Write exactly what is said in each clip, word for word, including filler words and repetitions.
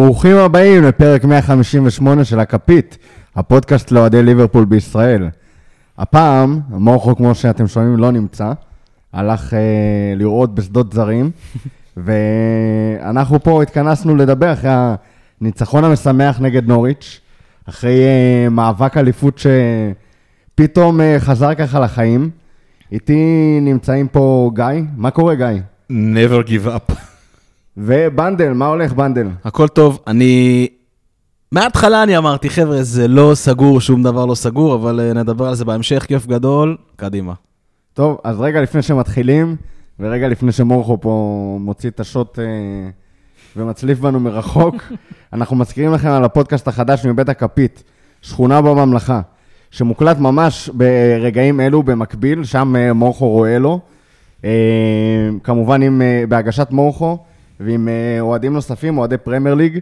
ברוכים הבאים לפרק מאה חמישים ושמונה של הכפית, הפודקאסט לאוהדי ליברפול בישראל. הפעם, מורכו כמו שאתם שומעים לא נמצא, הלך אה, לראות בשדות זרים, ואנחנו פה התכנסנו לדבר אחרי הניצחון המשמח נגד נוריץ', אחרי אה, מאבק אליפות שפתאום אה, חזר ככה לחיים. איתי נמצאים פה גיא, מה קורה גיא? never give up. ובנדל, מה הולך בנדל? הכל טוב, אני... מההתחלה אני אמרתי, חבר'ה, זה לא סגור, שום דבר לא סגור, אבל נדבר על זה בהמשך, כיף גדול, קדימה. טוב, אז רגע לפני שמתחילים, ורגע לפני שמורכו פה מוציא את השוט אה, ומצליף בנו מרחוק, אנחנו מזכירים לכם על הפודקאסט החדש מבית הכפית, שכונה בממלכה, שמוקלט ממש ברגעים אלו במקביל, שם אה, מורכו רואה לו, אה, כמובן עם, אה, בהגשת מורכו, ועם אוהדים נוספים, אוהדי פרמייר ליג,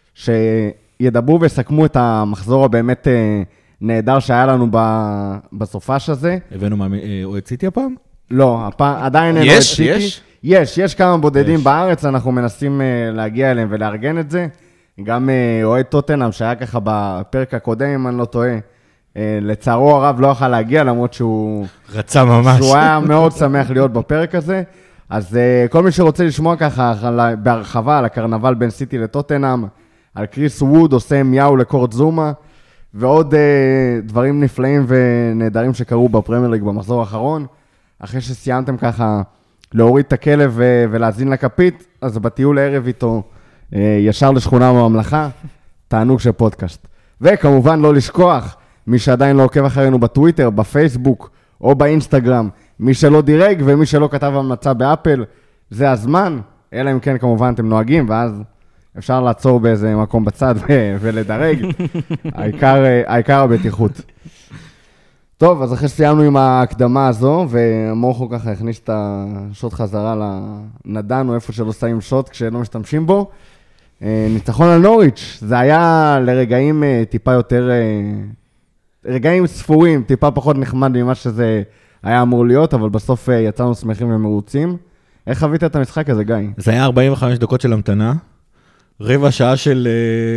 שידברו ויסכמו את המחזור הבאמת נהדר שהיה לנו בסופש הזה. הבאנו מה, אוהד סיטי הפעם? לא, הפעם, עדיין אין אוהד סיטי. יש? יש, יש כמה בודדים בארץ, אנחנו מנסים להגיע אליהם ולארגן את זה. גם אוהד טוטנהאם, שהיה ככה בפרק הקודם, אם אני לא טועה, לצערו הרב לא יוכל להגיע, למרות שהוא... רצה ממש. שהוא היה מאוד שמח להיות בפרק הזה. אז uh, כל מי שרוצה לשמוע ככה בהרחבה על הקרנבל בין סיטי לטוטנהאם, על קריס ווד עושה מיהו לקורט זומה, ועוד uh, דברים נפלאים ונהדרים שקרו בפרמייר ליג במחזור האחרון, אחרי שסיימתם ככה להוריד את הכלב ו- ולהזין לכפית, אז בטיול הערב איתו uh, ישר לשכונה בממלכה, תענוג של פודקאסט. וכמובן לא לשכוח, מי שעדיין לא עוקב אחרינו בטוויטר, בפייסבוק או באינסטגרם, מי שלא דירג ומי שלא כתב המלצה באפל, זה הזמן, אלא אם כן כמובן אתם נוהגים, ואז אפשר לעצור באיזה מקום בצד ו- ולדרג, העיקר, העיקר הבטיחות. טוב, אז אחרי שסיימנו עם ההקדמה הזו, ומורכו ככה הכניס את השוט חזרה לנדן, או איפה שלא שמים שוט כשלא משתמשים בו, ניצחון על נוריץ', זה היה לרגעים טיפה יותר, רגעים ספורים, טיפה פחות נחמד ממה שזה... היה אמור להיות, אבל בסוף יצאנו שמחים ומרוצים. איך חווית את המשחק הזה, גיא? זה היה ארבעים וחמש דקות של המתנה, רבע שעה של,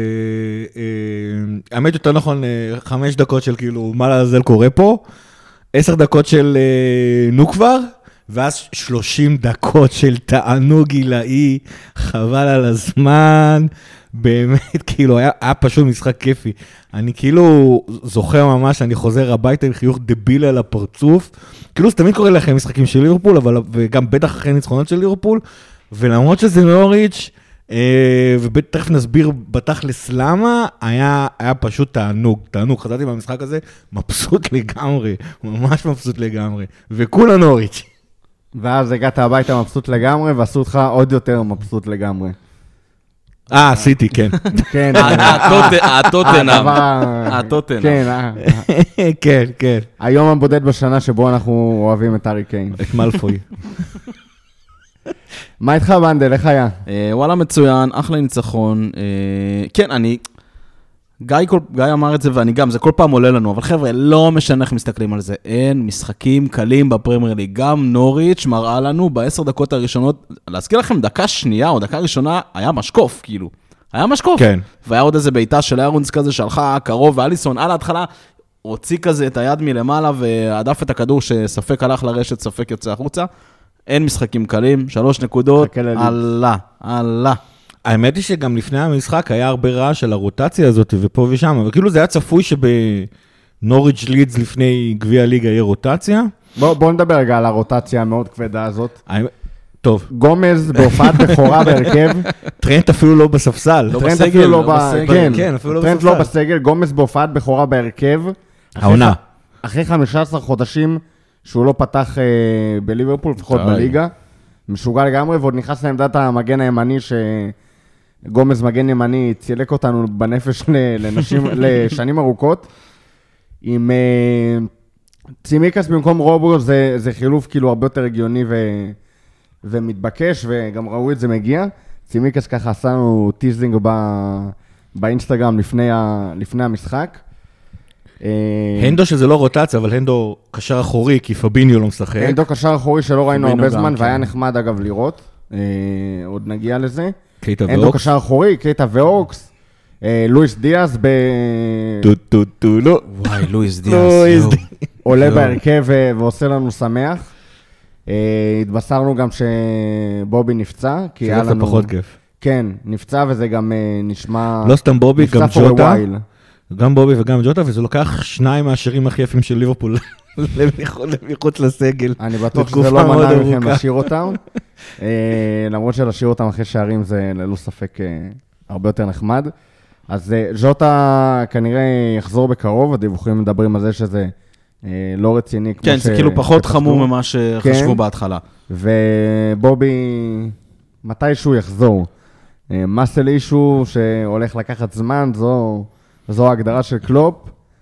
האמת יותר נכון, חמש דקות של כאילו, מה לעזל קורה פה, עשר דקות של נו כבר, ואז שלושים דקות של תענוג גילאי, חבל על הזמן, באמת, כאילו, היה, היה פשוט משחק כיפי. אני כאילו זוכר ממש, אני חוזר הביתה עם חיוך דביל על הפרצוף. כאילו, זה תמיד קורה לכם משחקים של ליברפול, אבל, וגם בטח אחרי ניצחונות של ליברפול, ולמרות שזה נוריץ', אה, ותכף נסביר בתכלס למה, היה, היה פשוט תענוג, תענוג. חזרתי במשחק הזה, מבסוט לגמרי, ממש מבסוט לגמרי, וכולה נוריץ'. ואז הגעת הביתה מבסוט לגמרי, ועשו אותך עוד יותר מבסוט לגמרי. אה, סיטי, כן. כן. הטוטנהאם. הטוטנהאם. כן, כן, כן. היום הבודד בשנה שבו אנחנו אוהבים את הארי קיין. את מלפוי. מה איתך בנדל, איך היה? וואלה מצוין, אחלה ניצחון. כן, אני... גיא, כל, גיא אמר את זה, ואני גם, זה כל פעם עולה לנו, אבל חבר'ה, לא משנה איך מסתכלים על זה. אין משחקים קלים בפרמייר ליג. גם נוריץ' מראה לנו בעשר דקות הראשונות, להזכיר לכם, דקה שנייה או דקה ראשונה, היה משקוף, כאילו. היה משקוף. כן. והיה עוד איזה ביתה של איירונס כזה, שהלכה קרוב, ואליסון על ההתחלה, הוציא כזה את היד מלמעלה, ועדף את הכדור שספק הלך לרשת, ספק יוצא החוצה. אין משחקים קלים, שלוש נקודות, אללה, אללה. האמת היא שגם לפני המשחק היה הרבה רעש של הרוטציה הזאת ופה ושם, אבל כאילו זה היה צפוי שבנוריץ' לידס לפני גביע הליגה יהיה רוטציה. בוא, בוא נדבר רגע על הרוטציה המאוד כבדה הזאת. טוב. גומז בהופעת בכורה בהרכב. טרנט אפילו לא בספסל. לא בסגל, לא בסגל. כן, כן, אפילו לא טרנט בספסל. לא בסגל, גומז בהופעת בכורה בהרכב. העונה. אחרי חמישה עשר חודשים שהוא לא פתח אה, בליברפול, לפחות בליגה. משוגע לגמרי, ועוד נכנס לעמדת המגן הימני ש... גומז מגן ימני צילק אותנו בנפש לנשים, לשנים ארוכות. עם uh, צימיקס במקום רובו, זה, זה חילוף כאילו הרבה יותר הגיוני ו, ומתבקש, וגם ראו את זה מגיע. צימיקס ככה עשה לנו טיזינג ב, באינסטגרם לפני, ה, לפני המשחק. הנדו שזה לא רוטציה, אבל הנדו קשר אחורי, כי פביניו לא משחק. הנדו קשר אחורי שלא ראינו הרבה זמן, והיה נחמד אגב לראות. עוד נגיע לזה. קייטה אנדו ואוקס. קשר אחורי, קייטה ואוקס, אה, לואיס דיאז ב... טו טו טו לא. וואי, לואיס דיאז. לואיס יואו. דיאז. עולה בהרכב ו- ועושה לנו שמח. אה, התבשרנו גם שבובי נפצע, כי היה שזה לנו... פחות כיף. כן, נפצע וזה גם אה, נשמע... לא סתם בובי, גם נפצע for a ג'וטה. while. גם בובי וגם ג'וטה, וזה לוקח שניים מהשירים הכי יפים של ליברפול מחוץ לסגל. אני בטוח לתקופה שזה לא מאוד מנע מכם ארוכה. לשיר אותם. אה, למרות שלשיר אותם אחרי שערים זה ללא ספק אה, הרבה יותר נחמד. אז אה, ז'וטה כנראה יחזור בקרוב, הדיווחים מדברים על זה שזה אה, לא רציני. כמו כן, ש- זה כאילו פחות שחשבו. חמור ממה שחשבו כן. בהתחלה. ובובי, מתישהו יחזור. אה, מסל אישו שהולך לקחת זמן, זו, זו ההגדרה של קלופ,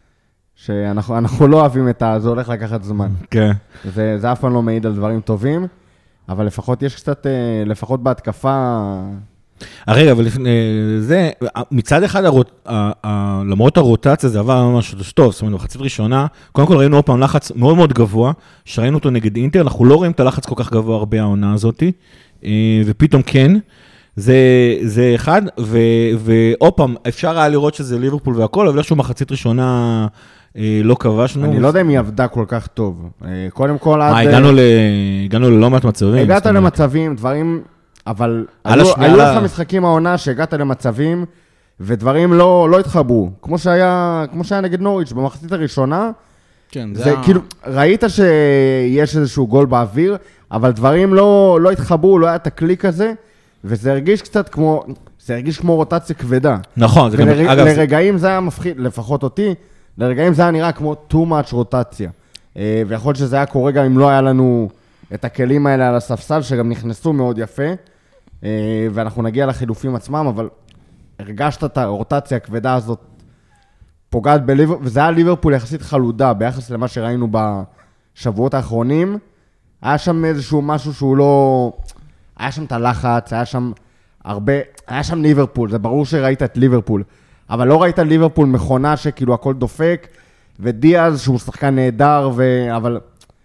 שאנחנו אנחנו לא אוהבים את ה... זה הולך לקחת זמן. כן. זה, זה אף פעם לא מעיד על דברים טובים, אבל לפחות יש קצת, אה, לפחות בהתקפה... רגע, אבל לפני זה, מצד אחד, הרוט, ה, ה, למרות הרוטציה, זה עבר ממש טוב, זאת אומרת, בחצית ראשונה, קודם כל ראינו עוד פעם לחץ מאוד מאוד גבוה, שראינו אותו נגד אינטר, אנחנו לא רואים את הלחץ כל כך גבוה הרבה העונה הזאת, ופתאום כן, זה, זה אחד, ו, ועוד פעם, אפשר היה לראות שזה ליברפול והכל, אבל איכשהו מחצית ראשונה לא כבשנו. אני לא יודע אם היא עבדה כל כך טוב. אה, קודם כל, עד... מה, הגענו, ל, הגענו ללא מעט מצבים. הגעת זאת אומרת. למצבים, דברים... אבל על היו, השנייה היו לה- לך משחקים העונה שהגעת למצבים, ודברים לא, לא התחברו. כמו שהיה, כמו שהיה נגד נוריץ' במחצית הראשונה, כן, זה כאילו, ראית שיש איזשהו גול באוויר, אבל דברים לא, לא התחברו, לא היה את הקליק הזה, וזה הרגיש קצת כמו, זה הרגיש כמו רוטציה כבדה. נכון, זה גם, ולר, אגב, לרגעים זה היה מפחיד, לפחות אותי, לרגעים זה היה נראה כמו too much רוטציה. אה, ויכול להיות שזה היה קורה גם אם לא היה לנו את הכלים האלה על הספסל, שגם נכנסו מאוד יפה, אה, ואנחנו נגיע לחילופים עצמם, אבל הרגשת את הרוטציה הכבדה הזאת, פוגעת בליברפול, וזה היה ליברפול יחסית חלודה, ביחס למה שראינו בשבועות האחרונים, היה שם איזשהו משהו שהוא לא... היה שם את הלחץ, היה שם הרבה... היה שם ליברפול, זה ברור שראית את ליברפול, אבל לא ראית ליברפול מכונה שכאילו הכל דופק, ודיאז שהוא שחקן נהדר, ו... אבל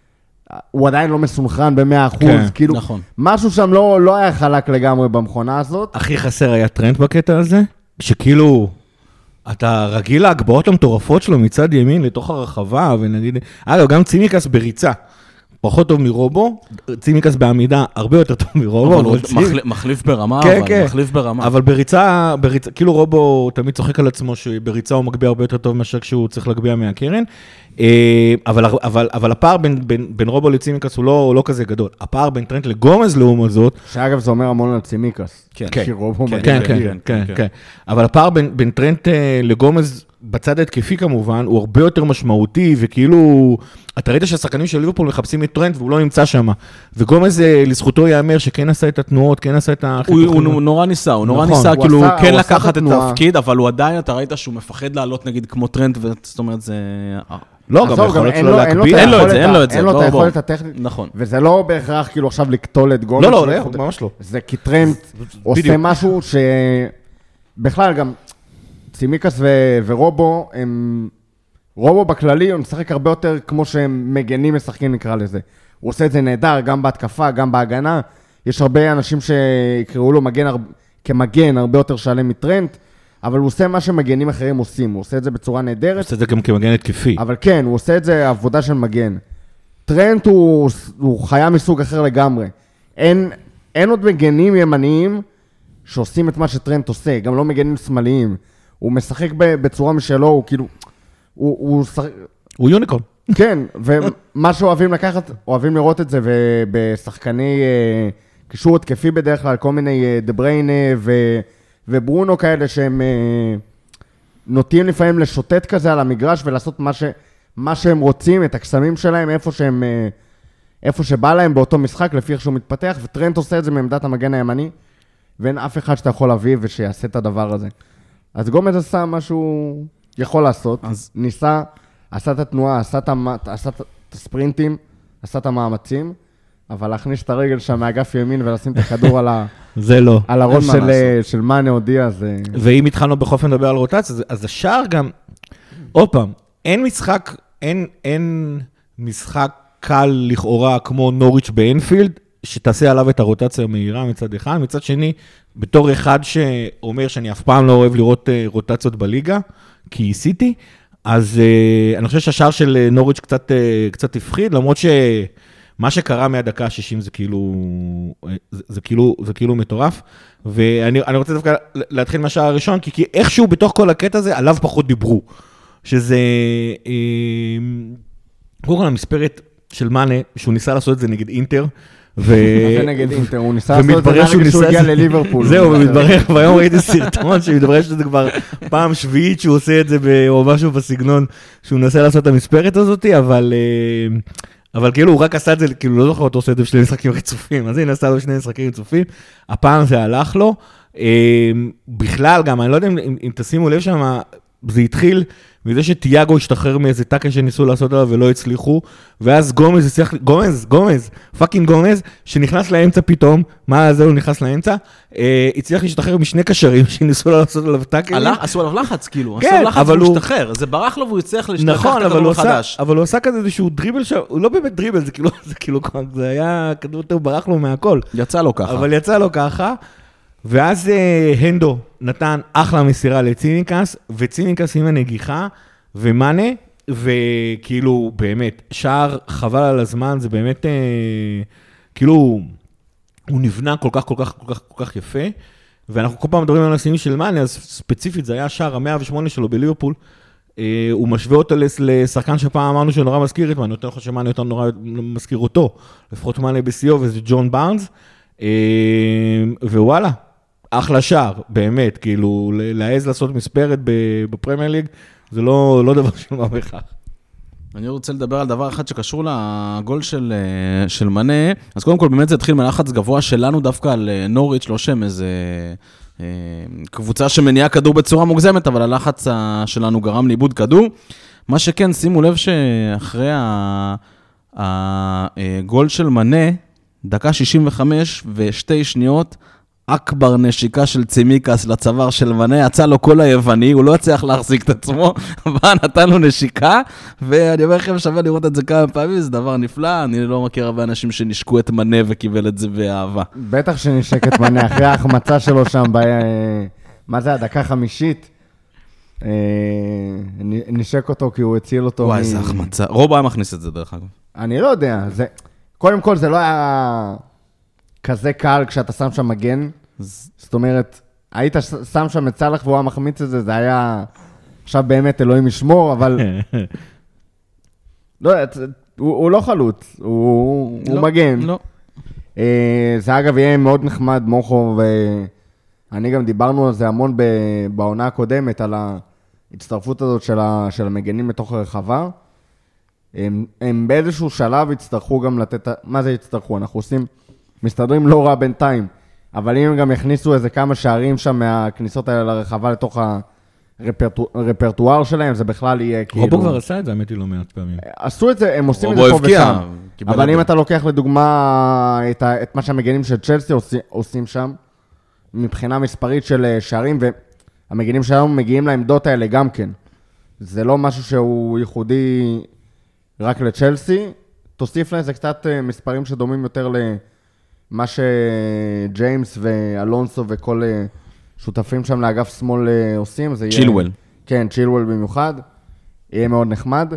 הוא עדיין לא מסונכרן ב-מאה אחוז, כן, כאילו, נכון. משהו שם לא, לא היה חלק לגמרי במכונה הזאת. הכי חסר היה טרנד בקטע הזה, שכאילו, אתה רגיל להגבהות המטורפות שלו מצד ימין לתוך הרחבה, ונגיד, אגב, גם צימיקס בריצה, פחות טוב מרובו, צימיקס בעמידה הרבה יותר טוב מרובו. אבל הוא צימ- מחל- מחליף ברמה, כן, אבל כן. מחליף ברמה. אבל בריצה, בריצה, כאילו רובו תמיד צוחק על עצמו שבריצה הוא מגביה הרבה יותר טוב מאשר כשהוא צריך להגביה מהקרן, אה, אבל, אבל, אבל הפער בין, בין, בין רובו לצימיקס הוא לא, הוא לא כזה גדול. הפער בין טרנט לגומז לעומת זאת, שאגב זה אומר המון על צימיקס. כן. כי רובו כן, מגיע. כן, כן, כן, כן, כן. כן. אבל הפער בין, בין טרנט אה, לגומז בצד ההתקפי כמובן, הוא הרבה יותר משמעותי, וכאילו, אתה ראית שהשחקנים של ליברפול מחפשים את טרנט והוא לא נמצא שם. וגומז אה, לזכותו יאמר שכן עשה את התנועות, כן עשה את הוא, החיתוכים. הוא נורא ניסה, הוא נורא נכון. ניסה הוא כאילו עשה- כן הוא עשה לקחת את את התנועה. התפקיד, אבל הוא עדיין, אתה ראית שהוא מפחד לעלות נגיד כמו טרנד, זאת אומרת זה... לא, גם עזוב, היכולת אין שלו לו- אין לו להקביע. את אין לו את זה, היכולת אין לו ה- את זה, אין לו את בוא, היכולת בוא. הטכנית. נכון. וזה לא בהכרח כאילו עכשיו לקטול את גומז. לא, לא, של- לא, ממש לא. זה כי טרנט עושה בדיוק. משהו ש... בכלל גם צימיקס ו- ורובו, הם... רובו בכללי, הוא משחק הרבה יותר כמו שהם מגנים משחקים נקרא לזה. הוא עושה את זה נהדר, גם בהתקפה, גם בהגנה. יש הרבה אנשים שיקראו לו מגן, הר- כמגן הרבה יותר שלם מטרנט, אבל הוא עושה מה שמגנים אחרים עושים. הוא עושה את זה בצורה נהדרת. עושה את זה גם כמגן התקפי. אבל כן, הוא עושה את זה עבודה של מגן. טרנט הוא, הוא חיה מסוג אחר לגמרי. אין, אין עוד מגנים ימניים שעושים את מה שטרנט עושה, גם לא מגנים שמאליים. הוא משחק ב, בצורה משלו, הוא כאילו... הוא, הוא שחק... הוא יוניקורן. כן, ומה שאוהבים לקחת, אוהבים לראות את זה בשחקני אה, קישור התקפי בדרך כלל, כל מיני אה, דבריינה ו, וברונו כאלה שהם אה, נוטים לפעמים לשוטט כזה על המגרש ולעשות מה, ש, מה שהם רוצים, את הקסמים שלהם, איפה שהם, אה, איפה שבא להם באותו משחק, לפי איך שהוא מתפתח, וטרנט עושה את זה מעמדת המגן הימני, ואין אף אחד שאתה יכול להביא ושיעשה את הדבר הזה. אז גומז עשה מה שהוא יכול לעשות, אז- ניסה, עשה את התנועה, עשה את, המ... עשה את הספרינטים, עשה את המאמצים, אבל להכניס את הרגל שם מאגף ימין ולשים את הכדור על, ה... זה לא. על הראש מה של, לעשות. של מאנה או דיאז. זה... ואם התחלנו בכל אופן לדבר על רוטציה, אז- אז השאר גם, עוד פעם, אין משחק, אין, אין משחק קל לכאורה כמו נוריץ' באנפילד, שתעשה עליו את הרוטציה המהירה מצד אחד, מצד שני, בתור אחד שאומר שאני אף פעם לא אוהב לראות רוטציות בליגה, כי עשיתי, אז אני חושב שהשער של נוריץ' קצת, קצת הפחיד, למרות שמה שקרה מהדקה ה-שישים זה כאילו, זה, זה כאילו, זה כאילו מטורף, ואני אני רוצה דווקא להתחיל מהשער הראשון, כי, כי איכשהו בתוך כל הקטע הזה, עליו פחות דיברו, שזה, קודם כל המספרת של מאנה, שהוא ניסה לעשות את זה נגד אינטר, זה נגד אינטר, הוא ניסה לעשות את זה נגד שהוא הגיע לליברפול. זהו, ומתברר, והיום ראיתי סרטון שמתברר שזה כבר פעם שביעית שהוא עושה את זה, או משהו בסגנון, שהוא נסה לעשות את המספרת הזאת, אבל אבל כאילו הוא רק עשה את זה, כאילו לא זוכר אותו עושה את זה בשני משחקים רצופים, אז הנה עשה לו שני משחקים רצופים, הפעם זה הלך לו, בכלל גם, אני לא יודע אם תשימו לב שם, זה התחיל מזה שטיאגו השתחרר מאיזה טאקל שניסו לעשות עליו ולא הצליחו, ואז גומז, הצליח, גומז, גומז, פאקינג גומז, שנכנס לאמצע פתאום, מה זה הוא נכנס לאמצע, אה, הצליח להשתחרר משני קשרים שניסו לעשות עליו טאקל. עשו עליו לחץ, כאילו, כן, עשו לחץ אבל והוא הוא השתחרר, זה ברח לו והוא הצליח להשתחרר נכון, את אבל הכדור הוא עשה, החדש. אבל הוא עשה כזה איזשהו דריבל, ש... הוא לא באמת דריבל, זה כאילו, זה כאילו, זה היה, כדור יותר ברח לו מהכל. יצא לו ככה. אבל יצא לו ככה. ואז הנדו נתן אחלה מסירה לציניקס, וציניקס עם הנגיחה, ומאנה, וכאילו באמת, שער חבל על הזמן, זה באמת, כאילו, הוא נבנה כל כך, כל כך, כל כך, כל כך יפה, ואנחנו כל פעם מדברים על הסימים של מאנה, אז ספציפית זה היה שער ה-מאה ושמונה שלו בליברפול, הוא משווה אותו לשחקן שפעם אמרנו שנורא מזכיר את מאנה, יותר חושב שמאנה יותר נורא מזכיר אותו, לפחות מאנה בסיום, וזה ג'ון בארנס, ווואלה, אחלה שער, באמת, כאילו, להעז לעשות מספרת בפרמייר ליג, זה לא, לא דבר של מה בכך. אני רוצה לדבר על דבר אחד שקשור לגול של, של מנה, אז קודם כל באמת זה התחיל מלחץ גבוה שלנו דווקא על נוריץ', לא שם איזה קבוצה שמניעה כדור בצורה מוגזמת, אבל הלחץ שלנו גרם לאיבוד כדור. מה שכן, שימו לב שאחרי הגול של מנה, דקה שישים וחמש ושתי שניות, אקבר נשיקה של צימיקס לצוואר של מנה, יצא לו כל היווני, הוא לא הצליח להחזיק את עצמו, אבל נתן לו נשיקה, ואני אומר לכם, שווה לראות את זה כמה פעמים, זה דבר נפלא, אני לא מכיר הרבה אנשים שנשקו את מנה וקיבל את זה באהבה. בטח שנשק את מנה, אחרי ההחמצה שלו שם, מה זה, הדקה חמישית, נשק אותו כי הוא הציל אותו. וואי, איזה החמצה, רוב היה מכניס את זה דרך אגב. אני לא יודע, קודם כל זה לא היה כזה קל כשאתה שם שם מגן, זאת אומרת, היית שם שם את סלח והוא המחמיץ את זה, זה היה עכשיו באמת אלוהים ישמור, אבל לא, הוא לא חלוץ, הוא מגן. זה אגב יהיה מאוד נחמד, מוחו, ואני גם דיברנו על זה המון בעונה הקודמת, על ההצטרפות הזאת של המגנים בתוך הרחבה. הם באיזשהו שלב יצטרכו גם לתת, מה זה יצטרכו? אנחנו עושים, מסתדרים לא רע בינתיים, אבל אם הם גם יכניסו איזה כמה שערים שם מהכניסות האלה לרחבה לתוך הרפרטואר שלהם, זה בכלל יהיה כאילו... רובו כבר עשה את זה, האמת היא לא מעט פעמים. עשו את זה, הם עושים את זה פה ושם. אבל אם אתה לוקח לדוגמה את מה שהמגנים של צ'לסי עושים שם, מבחינה מספרית של שערים, והמגנים שלנו מגיעים לעמדות האלה גם כן. זה לא משהו שהוא ייחודי רק לצ'לסי, תוסיף לזה קצת מספרים שדומים יותר למה שג'יימס ואלונסו וכל שותפים שם לאגף שמאל עושים. צ'ילוול. כן, צ'ילוול במיוחד. יהיה מאוד נחמד.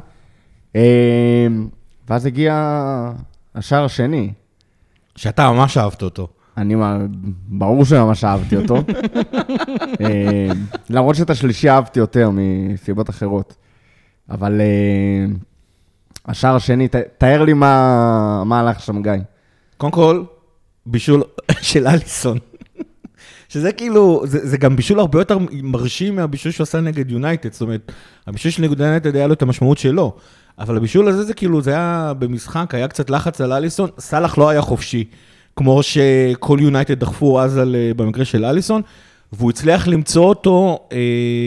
ואז הגיע השער השני. שאתה ממש אהבת אותו. אני, ברור שממש אהבתי אותו. למרות שאת השלישי אהבתי יותר מסיבות אחרות. אבל... השער השני, תאר לי מה, מה הלך שם, גיא. קודם כל, בישול של אליסון. שזה כאילו, זה, זה גם בישול הרבה יותר מרשים מהבישול שהוא עשה נגד יונייטד. זאת אומרת, הבישול של נגד יונייטד היה לו את המשמעות שלו. אבל הבישול הזה זה כאילו, זה היה במשחק, היה קצת לחץ על אליסון. סלח לא היה חופשי, כמו שכל יונייטד דחפו אז על, במקרה של אליסון. והוא הצליח למצוא אותו, אה,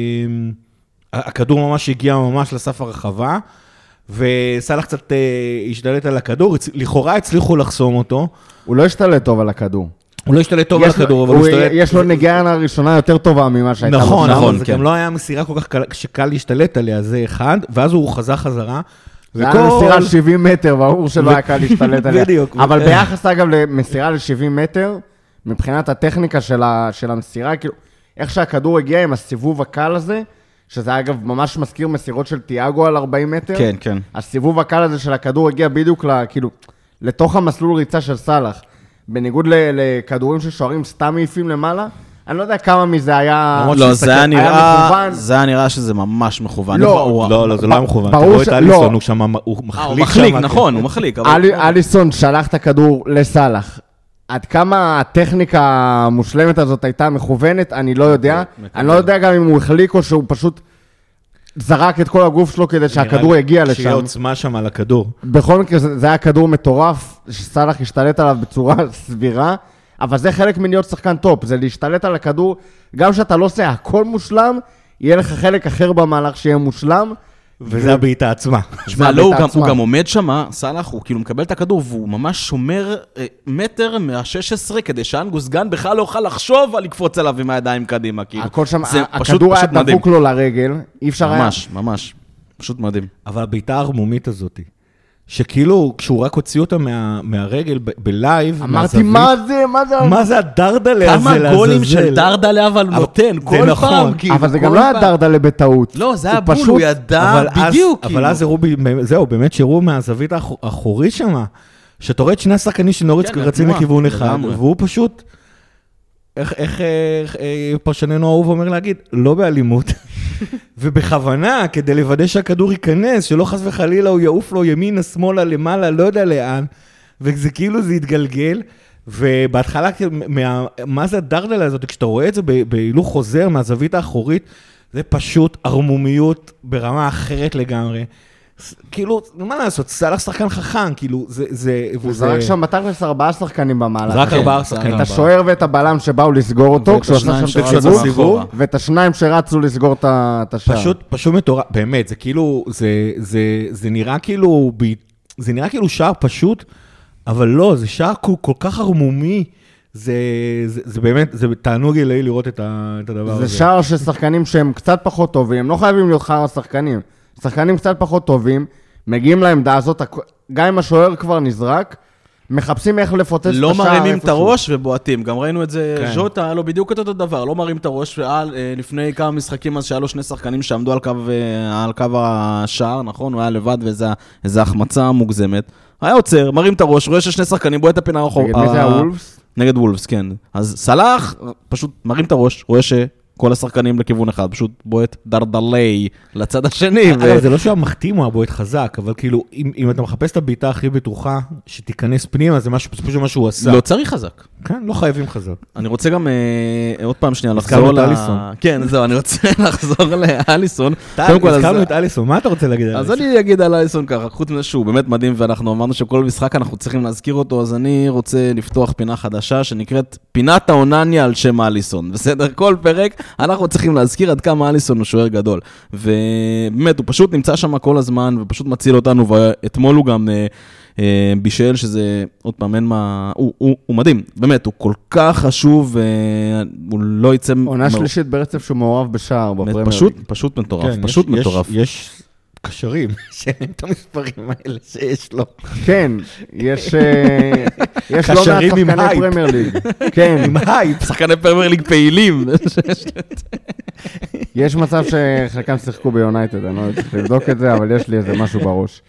הכדור ממש הגיע ממש לסף הרחבה. וסלח קצת השתלט על הכדור, לכאורה הצליחו לחסום אותו. הוא לא השתלט טוב על הכדור. הוא לא השתלט טוב על הכדור, אבל הוא השתלט... יש לו נגיעה הראשונה יותר טובה ממה שהייתה לו. נכון, נכון, זה גם לא היה מסירה כל כך שקל להשתלט עליה, זה אחד, ואז הוא חזר חזרה. זה היה מסירה שבעים מטר, ברור שלא היה קל להשתלט עליה. אבל ביחס אגב למסירה ל-שבעים מטר, מבחינת הטכניקה של, ה, של המסירה, כאילו, איך שהכדור הגיע עם הסיבוב הקל הזה, שזה אגב ממש מזכיר מסירות של תיאגו על ארבעים מטר. כן, כן. הסיבוב הקל הזה של הכדור הגיע בדיוק ל, כאילו, לתוך המסלול ריצה של סלאח. בניגוד לכדורים ששוערים סתם מעיפים למעלה, אני לא יודע כמה מזה היה... לא, זה היה נראה, זה היה נראה שזה ממש מכוון. לא, לא, לא, זה לא היה מכוון. אתה רואה את אליסון, הוא שם, הוא מחליק שם. הוא מחליק, נכון, הוא מחליק. אליסון שלח את הכדור לסלאח. עד כמה הטכניקה המושלמת הזאת הייתה מכוונת, אני לא יודע. אני לא יודע גם אם הוא החליק או שהוא פשוט זרק את כל הגוף שלו כדי שהכדור יגיע לשם. שיהיה עוצמה שם על הכדור. בכל מקרה, זה היה כדור מטורף, שסלאח השתלט עליו בצורה סבירה, אבל זה חלק מלהיות שחקן טופ, זה להשתלט על הכדור, גם שאתה לא עושה הכל מושלם, יהיה לך חלק אחר במהלך שיהיה מושלם. וזה הבעיטה עצמה. שמע, לא, הוא גם עומד שם, סלאח, הוא כאילו מקבל את הכדור, והוא ממש שומר מטר מה-שש עשרה, כדי שאנגוס גן בכלל לא יוכל לחשוב על לקפוץ עליו עם הידיים קדימה. הכל שם, הכדור היה דבוק לו לרגל, אי אפשר היה... ממש, ממש, פשוט מדהים. אבל הבעיטה הרמומית הזאת, שכאילו, כשהוא רק הוציא אותה מהרגל בלייב, אמרתי, מה זה? מה זה? מה זה הדרדלה הזה לעזאזל? כמה גולים של דרדלה אבל נותן, כל פעם. אבל זה גם לא היה דרדלה בטעות. לא, זה היה בול, הוא ידע בדיוק. אבל אז הראו, זהו, באמת שהראו מהזווית האחורית שם, שאתה רואה את שני השחקנים שנוריץ רצים לכיוון אחד, והוא פשוט, איך פרשננו האהוב אומר להגיד, לא באלימות, ובכוונה, כדי לוודא שהכדור ייכנס, שלא חס וחלילה הוא יעוף לו ימינה, שמאלה, למעלה, לא יודע לאן, וזה כאילו זה יתגלגל, ובהתחלה, מה זה הדרדלה הזאת? כשאתה רואה את זה בהילוך חוזר מהזווית האחורית, זה פשוט ערמומיות ברמה אחרת לגמרי. כאילו, מה לעשות? סלאח שחקן חכם, כאילו, זה... זה הוא זרק שם בתכלס ארבעה שחקנים במהלך. זרק ארבעה שחקנים. את השוער ואת הבלם שבאו לסגור אותו, כשהוא עשה שם את הסיבוב, ואת השניים שרצו לסגור את השער. פשוט, פשוט מטורף, באמת, זה כאילו, זה, זה, זה נראה כאילו, זה נראה כאילו שער פשוט, אבל לא, זה שער כל, כל כך ערמומי, זה, זה, זה באמת, זה תענוג עילאי לראות את הדבר הזה. זה שער של שחקנים שהם קצת פחות טובים, הם לא חייבים להיות חר השחקנים. שחקנים קצת פחות טובים, מגיעים לעמדה הזאת, גם אם השוער כבר נזרק, מחפשים איך לפוצץ את השער. לא מרימים את הראש ובועטים. גם ראינו את זה, ז'וטה, היה לו בדיוק את אותו דבר, לא מרים את הראש, לפני כמה משחקים אז שהיה לו שני שחקנים שעמדו על קו השער, נכון? הוא היה לבד ואיזו החמצה מוגזמת. היה עוצר, מרים את הראש, רואה ששני שחקנים, בועט את הפינה רחוב. נגד מי זה הוולפס? נגד וולפס, כן. אז סלאח, פשוט מרים את הראש, רואה ש... כל השחקנים לכיוון אחד, פשוט בועט דרדלי לצד השני. זה לא שהוא מחתים או הבועט חזק, אבל כאילו, אם אתה מחפש את הבעיטה הכי בטוחה, שתיכנס פנימה, זה פשוט מה שהוא עשה. לא צריך חזק. כן, לא חייבים חזק. אני רוצה גם עוד פעם שנייה לחזור לאליסון. כן, זהו, אני רוצה לחזור לאליסון. הזכרנו את אליסון, מה אתה רוצה להגיד על אליסון? אז אני אגיד על אליסון ככה, חוץ מזה שהוא באמת מדהים, ואנחנו אמרנו שכל משחק אנחנו צריכים להזכיר אותו, אז אני רוצה לפתוח פינה חדשה שנקראת פינת האונניה על שם אליסון. בסדר, כל פרק אנחנו צריכים להזכיר עד כמה אליסון הוא שוער גדול. ובאמת, הוא פשוט נמצא שם כל הזמן, ופשוט מציל אותנו, ואתמול הוא גם בישל, שזה, עוד פעם, אין מה, הוא, הוא, הוא מדהים, באמת, הוא כל כך חשוב, והוא לא יצא... עונה שלישית ברצף שהוא מעורב בשער, בפרמייר. פשוט, פשוט מטורף, פשוט מטורף. יש קשרים שאין את המספרים האלה שיש לו. כן, יש יש לא מעט שחקני פרמייר ליג. כן. עם הייפ. שחקני פרמייר ליג פעילים. יש מצב שחלקם שיחקו ביונייטד, אני לא צריך לבדוק את זה, אבל יש לי איזה משהו בראש.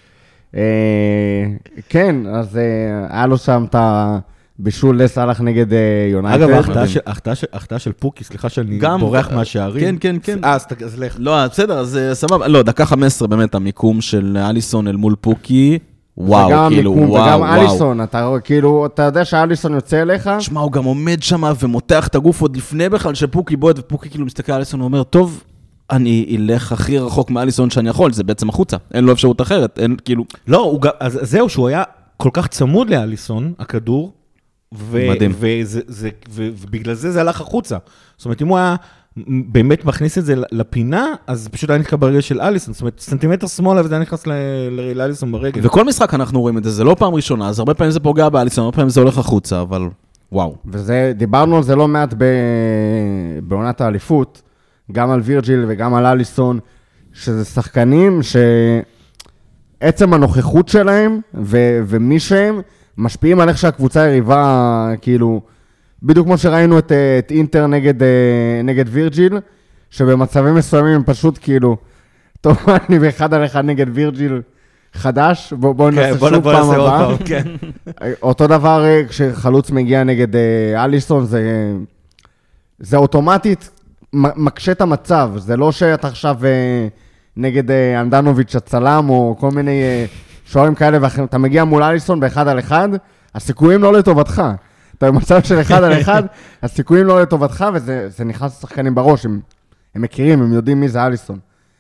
כן, אז היה לו שם את הבישול לסלאח נגד יונייטד. אגב, ההחטאה של פוקי, סליחה שאני בורח מהשערים. כן, כן, כן. אה, אז לך. לא, בסדר, אז סבבה. לא, דקה חמש עשרה באמת המיקום של אליסון אל מול פוקי. וואו, כאילו, וואו, וואו. וגם אליסון, אתה כאילו, אתה יודע שאליסון יוצא אליך? שמע, הוא גם עומד שם ומותח את הגוף עוד לפני בכלל שפוקי בועט, ופוקי כאילו מסתכל על אליסון ואומר, טוב, אני אלך הכי רחוק מאליסון שאני יכול, זה בעצם החוצה, אין לו אפשרות אחרת, אין כאילו... לא, הוא, אז זהו, שהוא היה כל כך צמוד לאליסון, הכדור, ו, מדהים. וזה, זה, ו, ובגלל זה זה הלך החוצה. זאת אומרת, אם הוא היה באמת מכניס את זה לפינה, אז פשוט היה נתקע ברגל של אליסון, זאת אומרת, סנטימטר שמאלה, וזה היה נכנס לאליסון ברגל. וכל משחק אנחנו רואים את זה, זה לא פעם ראשונה, אז הרבה פעמים זה פוגע באליסון, הרבה פעמים זה הולך החוצה, אבל וואו. וזה, דיברנו על זה לא מעט ב, בעונת האליפות, גם על וירג'יל וגם על אליסון, שזה שחקנים שעצם הנוכחות שלהם ו, ומי שהם משפיעים על איך שהקבוצה היריבה כאילו בדיוק כמו שראינו את, את אינטר נגד, נגד וירג'יל, שבמצבים מסוימים הם פשוט כאילו, טוב, אני באחד על אחד נגד וירג'יל חדש, בואו בוא נעשה בוא, שוב בוא פעם נעשה הבאה. כן. אותו דבר כשחלוץ מגיע נגד אליסון, זה, זה אוטומטית מקשה את המצב, זה לא שאתה עכשיו נגד אנדנוביץ' הצלם, או כל מיני שוערים כאלה ואחרים, אתה מגיע מול אליסון באחד על אחד, הסיכויים לא לטובתך. אתה במצב של אחד על אחד, הסיכויים לא לטובתך, וזה נכנס לשחקנים בראש, הם, הם מכירים, הם יודעים מי זה אליסון.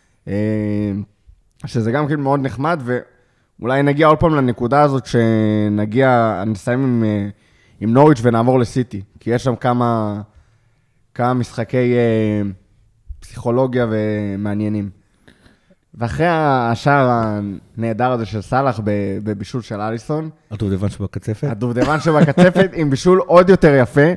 שזה גם כאילו מאוד נחמד, ואולי נגיע עוד פעם לנקודה הזאת, שנגיע, נסיים עם, עם נוריץ' ונעבור לסיטי, כי יש שם כמה, כמה משחקי פסיכולוגיה ומעניינים. ואחרי השער הנהדר הזה של סלאח בבישול של אליסון, הדובדבן שבקצפת? הדובדבן שבקצפת עם בישול עוד יותר יפה.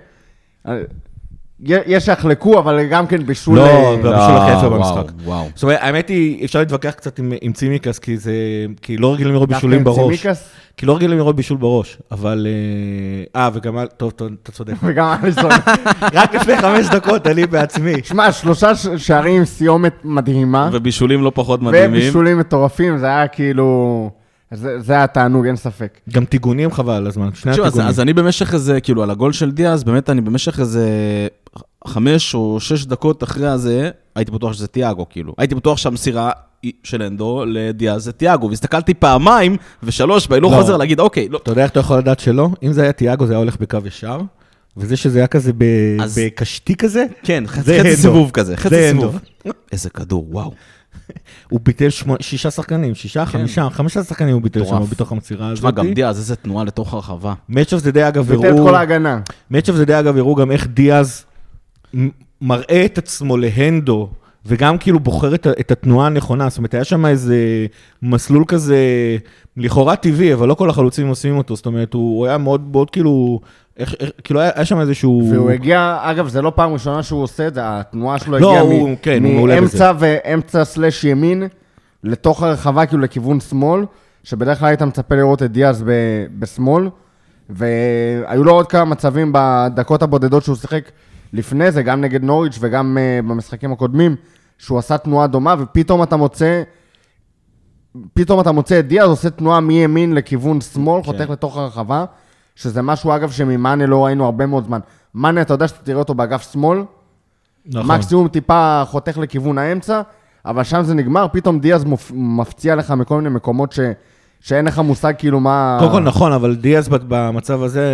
יש שיחלקו, אבל גם כן בישול... לא, בישול הכי יפה במשחק. וואו. זאת אומרת, האמת היא, אפשר להתווכח קצת עם צימיקס, כי זה, כי לא רגילים לראות בישולים בראש. כי לא רגילים לראות בישול בראש, אבל... אה, וגם... טוב, אתה צודק. וגם אליסון. רק לפני חמש דקות, אני בעצמי. שמע, שלושה שערים עם סיומת מדהימה. ובישולים לא פחות מדהימים. ובישולים מטורפים, זה היה כאילו... זה היה תענוג, אין ספק. גם טיגונים חבל על הזמן, שני הטיגונים. אז אני במשך איזה, כאילו, על הגול של דיאז, באמת אני במשך איזה חמש או שש דקות אחרי הזה, הייתי בטוח שזה תיאגו, כאילו. הייתי בטוח שהמסירה של אנדו לדיאז זה תיאגו, והסתכלתי פעמיים ושלוש, והיא לא חוזר להגיד, אוקיי, לא. אתה יודע איך אתה יכול לדעת שלא? אם זה היה תיאגו, זה היה הולך בקו ישר, וזה שזה היה כזה בקשתי כזה, כן, חצי סיבוב כזה, חצי סיבוב. איזה כדור, וואו. הוא ביטל שישה שחקנים, שישה, חמישה, חמישה שחקנים הוא ביטל שם בתוך המצירה הזאת. שמע, גם דיאז, איזה תנועה לתוך הרחבה. מאצ'אפ זה די אגב, ביטל את כל ההגנה. מאצ'אפ זה די אגב, הראו גם איך דיאז מראה את עצמו להנדו, וגם כאילו בוחר את התנועה הנכונה, זאת אומרת, היה שם איזה מסלול כזה, לכאורה טבעי, אבל לא כל החלוצים עושים אותו, זאת אומרת, הוא היה מאוד מאוד כאילו... איך, איך, כאילו היה שם איזשהו... והוא הגיע, אגב, זה לא פעם ראשונה שהוא עושה את זה, התנועה שלו לא, הגיעה הוא, מ- כן, מאמצע ואמצע סלש ימין, לתוך הרחבה, כאילו לכיוון שמאל, שבדרך כלל היית מצפה לראות את דיאז ב- בשמאל, והיו לו עוד כמה מצבים בדקות הבודדות שהוא שיחק לפני זה, גם נגד נוריץ' וגם uh, במשחקים הקודמים, שהוא עשה תנועה דומה, ופתאום אתה מוצא, פתאום אתה מוצא את דיאז, עושה תנועה מימין לכיוון שמאל, כן. חותך לתוך הרחבה, שזה משהו, אגב, שממאנה לא ראינו הרבה מאוד זמן. מאנה, אתה יודע שאתה תראה אותו באגף שמאל, נכון. מקסימום טיפה חותך לכיוון האמצע, אבל שם זה נגמר, פתאום דיאז מפציע לך מכל מיני מקומות ש... שאין לך מושג כאילו מה... קודם כל נכון, אבל דיאז במצב הזה,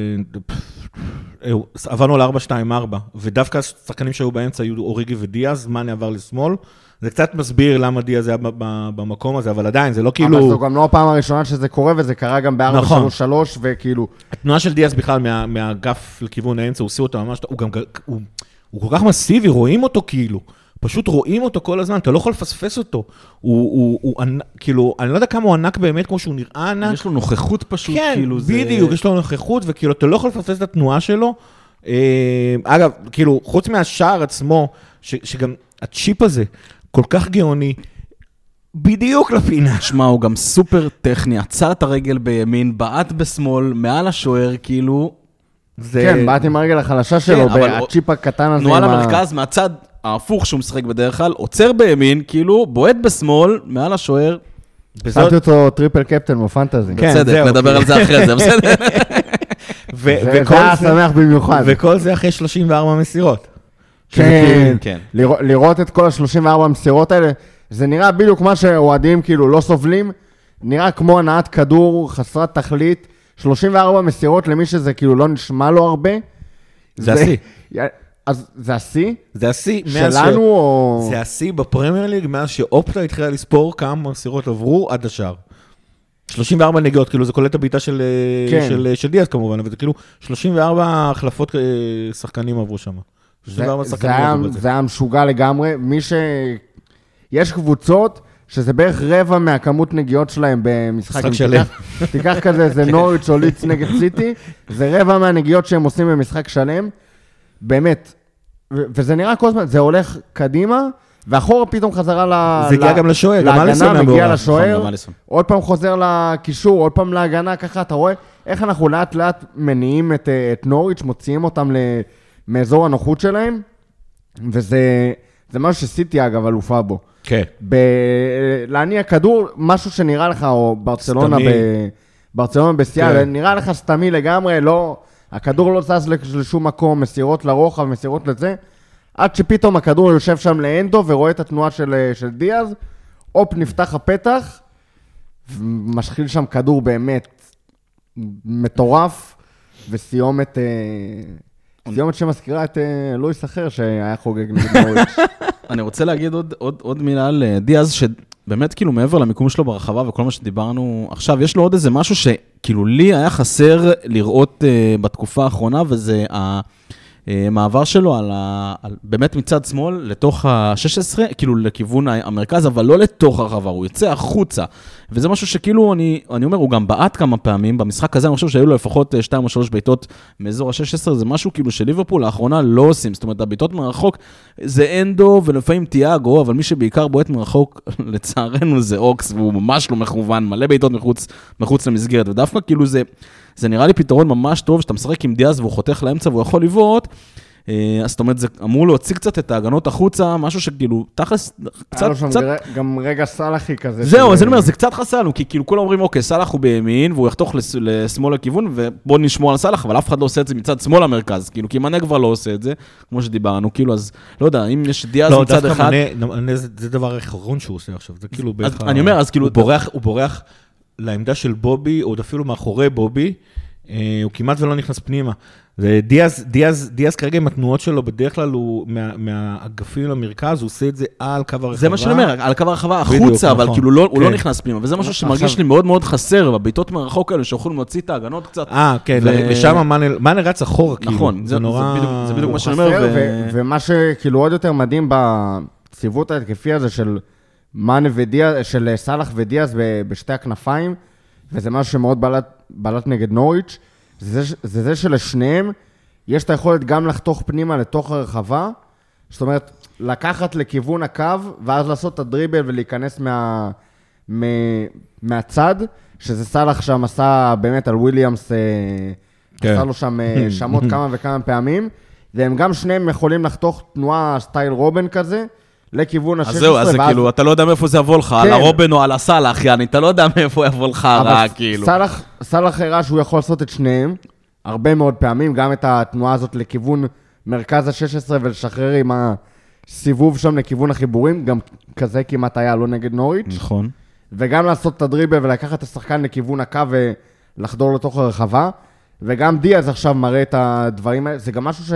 עברנו ל-ארבע שתיים ארבע, ודווקא השחקנים שהיו באמצע היו אוריגי ודיאז, מאנה עבר לשמאל, זה קצת מסביר למה דיאז היה במקום הזה, אבל עדיין זה לא כאילו... אבל זו גם לא הפעם הראשונה שזה קורה, וזה קרה גם ב-ארבע שלוש שלוש, וכאילו... התנועה של דיאז בכלל מהאגף לכיוון האמצע, הוא עושה אותה ממש, הוא גם... הוא כל כך מסיבי, רואים אותו כאילו. פשוט רואים אותו כל הזמן, אתה לא יכול לפספס אותו. הוא, הוא, הוא, כאילו, אני לא יודע כמה הוא ענק באמת, כמו שהוא נראה ענק. יש לו נוכחות פשוט, כן, כאילו זה... בדיוק, יש לו נוכחות, וכאילו, אתה לא יכול לפספס את התנועה שלו. אגב, כאילו, חוץ מהשער עצמו, ש, שגם הצ'יפ הזה כל כך גאוני, בדיוק לפינה. שמע, הוא גם סופר טכני, עצר את הרגל בימין, בעט בשמאל, מעל השוער, כאילו... זה... כן, בעט עם הרגל החלשה שלו, כן, והצ'יפ הקטן הזה... תנועה למרכז, ה... מהצד ההפוך שהוא משחק בדרך כלל, עוצר בימין, כאילו, בועט בשמאל, מעל השוער. שמתי אותו טריפל קפטן בפנטזי. בצדק, נדבר על זה אחרי זה, בסדר? זה היה שמח במיוחד. וכל זה אחרי שלושים וארבע מסירות. כן, כן. לראות את כל ה-שלושים וארבע מסירות האלה, זה נראה בדיוק מה שאוהדים כאילו לא סובלים, נראה כמו הנעת כדור חסרת תכלית, שלושים וארבע מסירות למי שזה כאילו לא נשמע לו הרבה. זה השיא. אז זה השיא? זה השיא. שלנו או... זה השיא בפרמייר ליג, מאז שאופטה התחילה לספור כמה מסירות עברו עד השאר. שלושים וארבע נגיעות, כאילו זה כולל את הביטה של, כן. של, של דיאז כמובן, אבל זה כאילו שלושים וארבע החלפות שחקנים עברו שם. זה, זה, היה, זה היה משוגע לגמרי. מי ש... יש קבוצות שזה בערך רבע מהכמות נגיעות שלהם במשחק. משחק שלם. תיקח, תיקח כזה, זה נוריץ' או ליץ נגד סיטי, זה רבע מהנגיעות שהם עושים במשחק שלם. באמת. ו- וזה נראה כל הזמן, זה הולך קדימה, ואחורה פתאום חזרה ל... זה הגיע גם לשוער, גם אליסון מגיע לשוער, עוד פעם חוזר לקישור, עוד פעם להגנה, ככה אתה רואה, איך אנחנו לאט לאט מניעים את, את נוריץ', מוציאים אותם מאזור הנוחות שלהם, וזה זה משהו שסיטי אגב אלופה בו. כן. ב... להניע כדור, משהו שנראה לך, או ברצלונה, ב... ברצלונה בסיאל, כן. נראה לך סתמי לגמרי, לא, הכדור לא זז לשום מקום, מסירות לרוחב, מסירות לזה, עד שפתאום הכדור יושב שם לאנדו, ורואה את התנועה של, של דיאז, אופ, נפתח הפתח, ומשחיל שם כדור באמת מטורף, וסיומת, סיומת שמזכירה את לואיס אחר, שהיה חוגג נגד נוריץ'. אני רוצה להגיד עוד, עוד, עוד מילה על דיאז, שבאמת כאילו מעבר למיקום שלו ברחבה וכל מה שדיברנו עכשיו, יש לו עוד איזה משהו שכאילו לי היה חסר לראות uh, בתקופה האחרונה, וזה המעבר שלו על ה, על, באמת מצד שמאל לתוך ה-שש עשרה, כאילו לכיוון המרכז, אבל לא לתוך הרחבה, הוא יוצא החוצה. וזה משהו שכאילו, אני, אני אומר, הוא גם בעט כמה פעמים, במשחק הזה אני חושב שהיו לו לפחות שתיים או שלוש בעיטות מאזור ה-שש עשרה, זה משהו כאילו שליברפול לאחרונה לא עושים, זאת אומרת, הבעיטות מרחוק זה אנדו ולפעמים תיאגו, אבל מי שבעיקר בועט מרחוק, לצערנו זה אוקס, והוא ממש לא מכוון, מלא בעיטות מחוץ, מחוץ למסגרת, ודווקא כאילו זה, זה נראה לי פתרון ממש טוב, שאתה משחק עם דיאז והוא חותך לאמצע והוא יכול לבעוט, אז זאת אומרת, זה אמור להוציא קצת את ההגנות החוצה, משהו שכאילו, תכלס, קצת, קצת... גם רגע סלחי כזה. זהו, אז אני אומר, זה קצת חסר לנו, כי כאילו כולם אומרים, אוקיי, סלח הוא בימין, והוא יחתוך לשמאל לכיוון, ובוא נשמור על סלח, אבל אף אחד לא עושה את זה מצד שמאל למרכז, כאילו, כי מנה כבר לא עושה את זה, כמו שדיברנו, כאילו, אז, לא יודע, אם יש דיאז מצד אחד... לא, דווקא מנה, זה דבר האחרון שהוא עושה עכשיו, זה כאילו... אני אומר, אז כאילו... הוא בורח לעמדה של בובי, או אפילו מאחורי בובי, הוא כמעט ולא נכנס פנימה. דיאז, דיאז, דיאז כרגע עם התנועות שלו, בדרך כלל הוא מהאגפים למרכז, הוא עושה את זה על קו הרחבה. זה מה שאני אומר, על קו הרחבה החוצה, אבל כאילו הוא לא נכנס פנימה, וזה משהו שמרגיש לי מאוד מאוד חסר, בביתות מרחוק האלה שיכולים להוציא את ההגנות קצת. אה, כן, ושם מה נרץ אחורה, כאילו. נכון, זה בדיוק מה שאני אומר. ומה שכאילו עוד יותר מדהים בציוות ההתקפי הזה של מאנה ודיאז, של סלח ודיאז בשתי הכנפיים, וזה משהו שמאוד בלט נגד נוריץ', זה, זה זה שלשניהם יש את היכולת גם לחתוך פנימה לתוך הרחבה, זאת אומרת, לקחת לכיוון הקו, ואז לעשות את הדריבל ולהיכנס מה, מה, מהצד, שזה סלח שם עשה באמת על וויליאמס, כן. עשה לו שם שמות כמה וכמה פעמים, והם גם שניהם יכולים לחתוך תנועה סטייל רובן כזה, לכיוון ה-שש עשרה. אז זהו, אז זה כאילו, אתה לא יודע מאיפה זה יבוא לך, על הרובן או על הסלח, יעני, אתה לא יודע מאיפה יבוא לך רע, כאילו. סלח הראה שהוא יכול לעשות את שניהם, הרבה מאוד פעמים, גם את התנועה הזאת לכיוון מרכז ה-שש עשרה, ולשחרר עם הסיבוב שם לכיוון החיבורים, גם כזה כמעט היה לא נגד נוריץ'. נכון. וגם לעשות את הדריבל ולקחת את השחקן לכיוון הקו ולחדור לתוך הרחבה, וגם דיאז עכשיו מראה את הדברים האלה, זה גם משהו ש...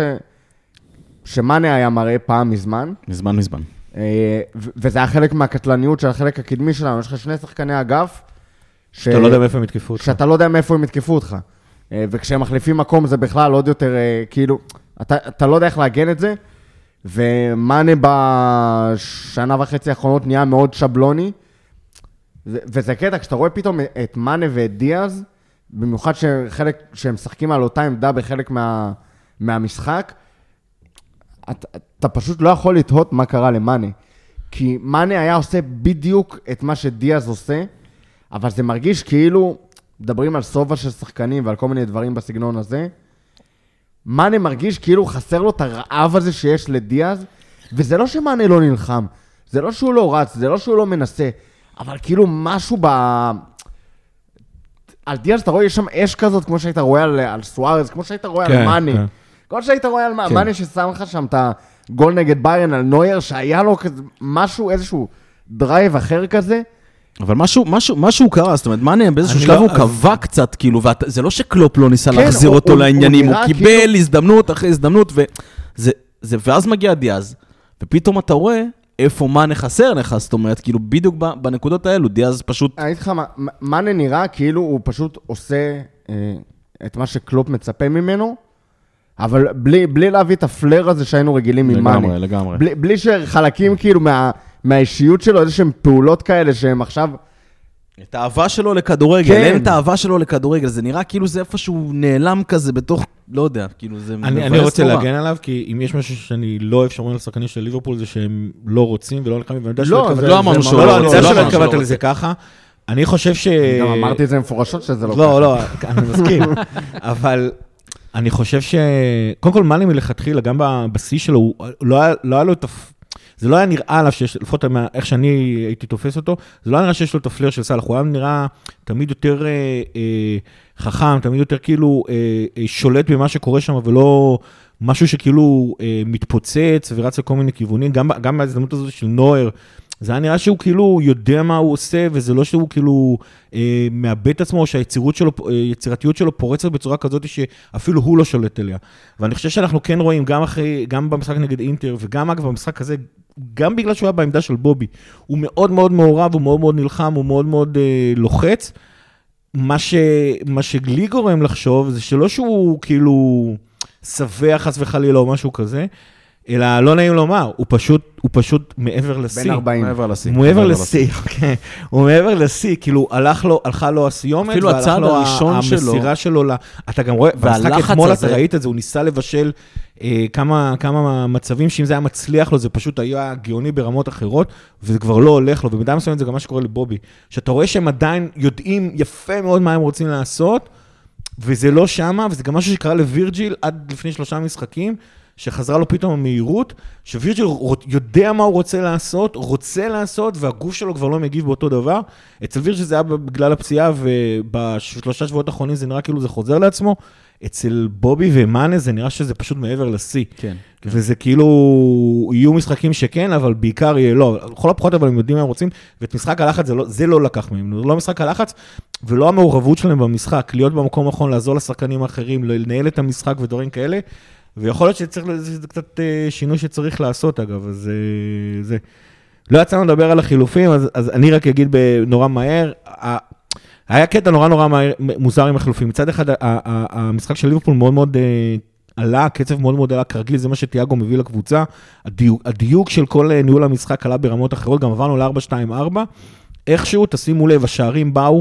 שמאנה היה מראה פעם מזמן. מזמן מזמן. וזה היה חלק מהקטלניות של החלק הקדמי שלנו, יש לך שני שחקני אגף, שאתה לא יודע מאיפה הם יתקפו אותך. שאתה לא יודע מאיפה הם יתקפו אותך. וכשהם מחליפים מקום זה בכלל עוד יותר, כאילו, אתה, אתה לא יודע איך להגן את זה, ומאנה בשנה וחצי האחרונות נהיה מאוד שבלוני, וזה קטע, כשאתה רואה פתאום את מאנה ואת דיאז, במיוחד שחלק, שהם משחקים על אותה עמדה בחלק מה, מהמשחק, אתה, אתה פשוט לא יכול לתהות מה קרה למאנה. כי מאנה היה עושה בדיוק את מה שדיאז עושה, אבל זה מרגיש כאילו, מדברים על סובה של שחקנים ועל כל מיני דברים בסגנון הזה, מאנה מרגיש כאילו חסר לו את הרעב הזה שיש לדיאז, וזה לא שמאנה לא נלחם, זה לא שהוא לא רץ, זה לא שהוא לא מנסה, אבל כאילו משהו ב... על דיאז אתה רואה, יש שם אש כזאת, כמו שהיית רואה על, על סוארז, כמו שהיית רואה כן, על מאנה. כן. כמו שהיית רואה על כן. מאנה ששם לך שם את הגול נגד ביירן על נויר, שהיה לו כזה, משהו, איזשהו דרייב אחר כזה. אבל משהו, משהו, משהו קרה, זאת אומרת, מאנה באיזשהו שלב לא, הוא אז... קבע קצת, כאילו, וזה לא שקלופ לא ניסה כן, להחזיר הוא, אותו הוא, לעניינים, הוא, הוא קיבל כאילו... הזדמנות אחרי הזדמנות, וזה, זה, ואז מגיע דיאז, ופתאום אתה רואה איפה מאנה חסר לך, זאת אומרת, כאילו, בדיוק בנקודות האלו, דיאז פשוט... אני אתך, מאנה נראה כאילו הוא פשוט עושה אה, את מה שקלופ מצפה ממנו, אבל בלי, בלי להביא את הפלר הזה שהיינו רגילים ממאנה. לגמרי, לגמרי. בלי, בלי שחלקים כאילו מה... מהאישיות שלו, איזה שהן פעולות כאלה שהם עכשיו... את האהבה שלו לכדורגל, כן. אין את האהבה שלו לכדורגל, זה נראה כאילו זה איפשהו נעלם כזה בתוך, לא יודע, כאילו זה... אני, אני רוצה תורה. להגן עליו, כי אם יש משהו שאני לא אוהב שאומרים על שחקנים של ליברפול, זה שהם לא רוצים ולא נלחמים, ואני יודע לא, שלא לא אמרנו שהוא לא רוצה. אני יודע שלא התכוונת לזה ככה, אני חושב ש... גם אמרתי את זה מפורשות שזה לא ככה. לא, לא, אני מסכים. אבל אני חושב ש... קודם כל, מאני מלכתחילה, גם בשיא שלו, הוא לא היה לו את... זה לא היה נראה עליו שיש, לפחות איך שאני הייתי תופס אותו, זה לא היה נראה שיש לו את הפלר של סלאח, הוא היה נראה תמיד יותר אה, אה, חכם, תמיד יותר כאילו אה, אה, שולט במה שקורה שם, ולא משהו שכאילו אה, מתפוצץ ורץ לכל מיני כיוונים, גם, גם בהזדמנות הזאת של נוער, זה היה נראה שהוא כאילו יודע מה הוא עושה, וזה לא שהוא כאילו אה, מאבד את עצמו, שהיצירות שלו, יצירתיות שלו פורצת בצורה כזאת שאפילו הוא לא שולט אליה. ואני חושב שאנחנו כן רואים, גם אחרי, גם במשחק נגד אינטר, וגם אגב במשחק הזה, גם בגלל שהוא היה בעמדה של בובי, הוא מאוד מאוד מעורב, הוא מאוד מאוד נלחם, הוא מאוד מאוד אה, לוחץ. מה, ש, מה שלי גורם לחשוב, זה שלא שהוא כאילו שבע חס וחלילה או משהו כזה, אלא לא נעים לומר, הוא פשוט, הוא פשוט מעבר לשיא. בין ארבעים. מעבר לשיא. הוא מעבר לשיא, אוקיי. הוא מעבר לשיא, כאילו, הלך לו, הלכה לו הסיומת, אפילו הצעד הראשון שלו. המסירה שלו, אתה גם רואה, במשחק אתמול אתה ראית את זה, הוא ניסה לבשל כמה, כמה מצבים, שאם זה היה מצליח לו, זה פשוט היה גאוני ברמות אחרות, וזה כבר לא הולך לו, ובמידה מסוימת זה גם מה שקורה לבובי. שאתה רואה שהם עדיין יודעים יפה מאוד מה הם רוצים לעשות, וזה לא שמה, וזה גם משהו שקרה לווירג'יל עד לפני שלושה משחקים, שחזרה לו פתאום המהירות, שווירג'יל יודע מה הוא רוצה לעשות, רוצה לעשות, והגוף שלו כבר לא מגיב באותו דבר. אצל וירג'יל זה היה בגלל הפציעה, ובשלושה שבועות האחרונים זה נראה כאילו זה חוזר לעצמו. אצל בובי ומאנה זה נראה שזה פשוט מעבר לשיא. כן. וזה כאילו, יהיו משחקים שכן, אבל בעיקר יהיה לא. לכל הפחות אבל הם יודעים מה הם רוצים, ואת משחק הלחץ זה לא, זה לא לקח מהם. לא משחק הלחץ, ולא המעורבות שלהם במשחק, להיות במקום האחרון, לעזור לשחקנים האחרים, לנהל את המשחק ודברים כאלה. ויכול להיות שצריך, זה קצת שינוי שצריך לעשות, אגב, אז זה... לא יצאנו לדבר על החילופים, אז, אז אני רק אגיד נורא מהר, היה קטע נורא נורא מהר, מוזר עם החילופים. מצד אחד, המשחק של ליברפול מאוד מאוד עלה, הקצב מאוד מאוד עלה, כרגיל, זה מה שתיאגו מביא לקבוצה, הדיוק, הדיוק של כל ניהול המשחק עלה ברמות אחרות, גם עברנו ל-ארבע שתיים ארבע, איכשהו, תשימו לב, השערים באו,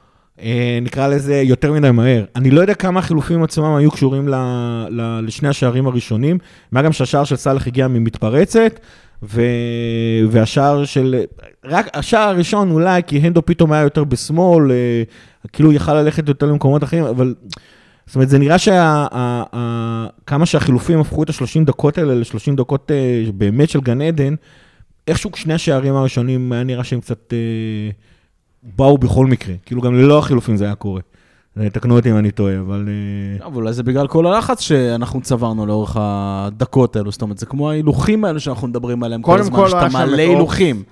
נקרא לזה יותר מדי מהר. אני לא יודע כמה החילופים עצמם היו קשורים ל, ל, לשני השערים הראשונים, מה גם שהשער של סלאח הגיע ממתפרצת, ו, והשער של, רק השער הראשון אולי, כי הנדו פתאום היה יותר בשמאל, כאילו יכל ללכת יותר למקומות אחרים, אבל זאת אומרת, זה נראה שכמה שהחילופים הפכו את ה-שלושים דקות האלה ל-שלושים דקות באמת של גן עדן, איכשהו שני השערים הראשונים היה נראה שהם קצת... באו בכל מקרה, כאילו גם ללא החילופים זה היה קורה. תקנו אותי אם אני טועה, אבל... אבל אולי זה בגלל כל הלחץ שאנחנו צברנו לאורך הדקות האלו, זאת אומרת, זה כמו ההילוכים האלו שאנחנו מדברים עליהם כל הזמן, שאתה מעלה הילוכים.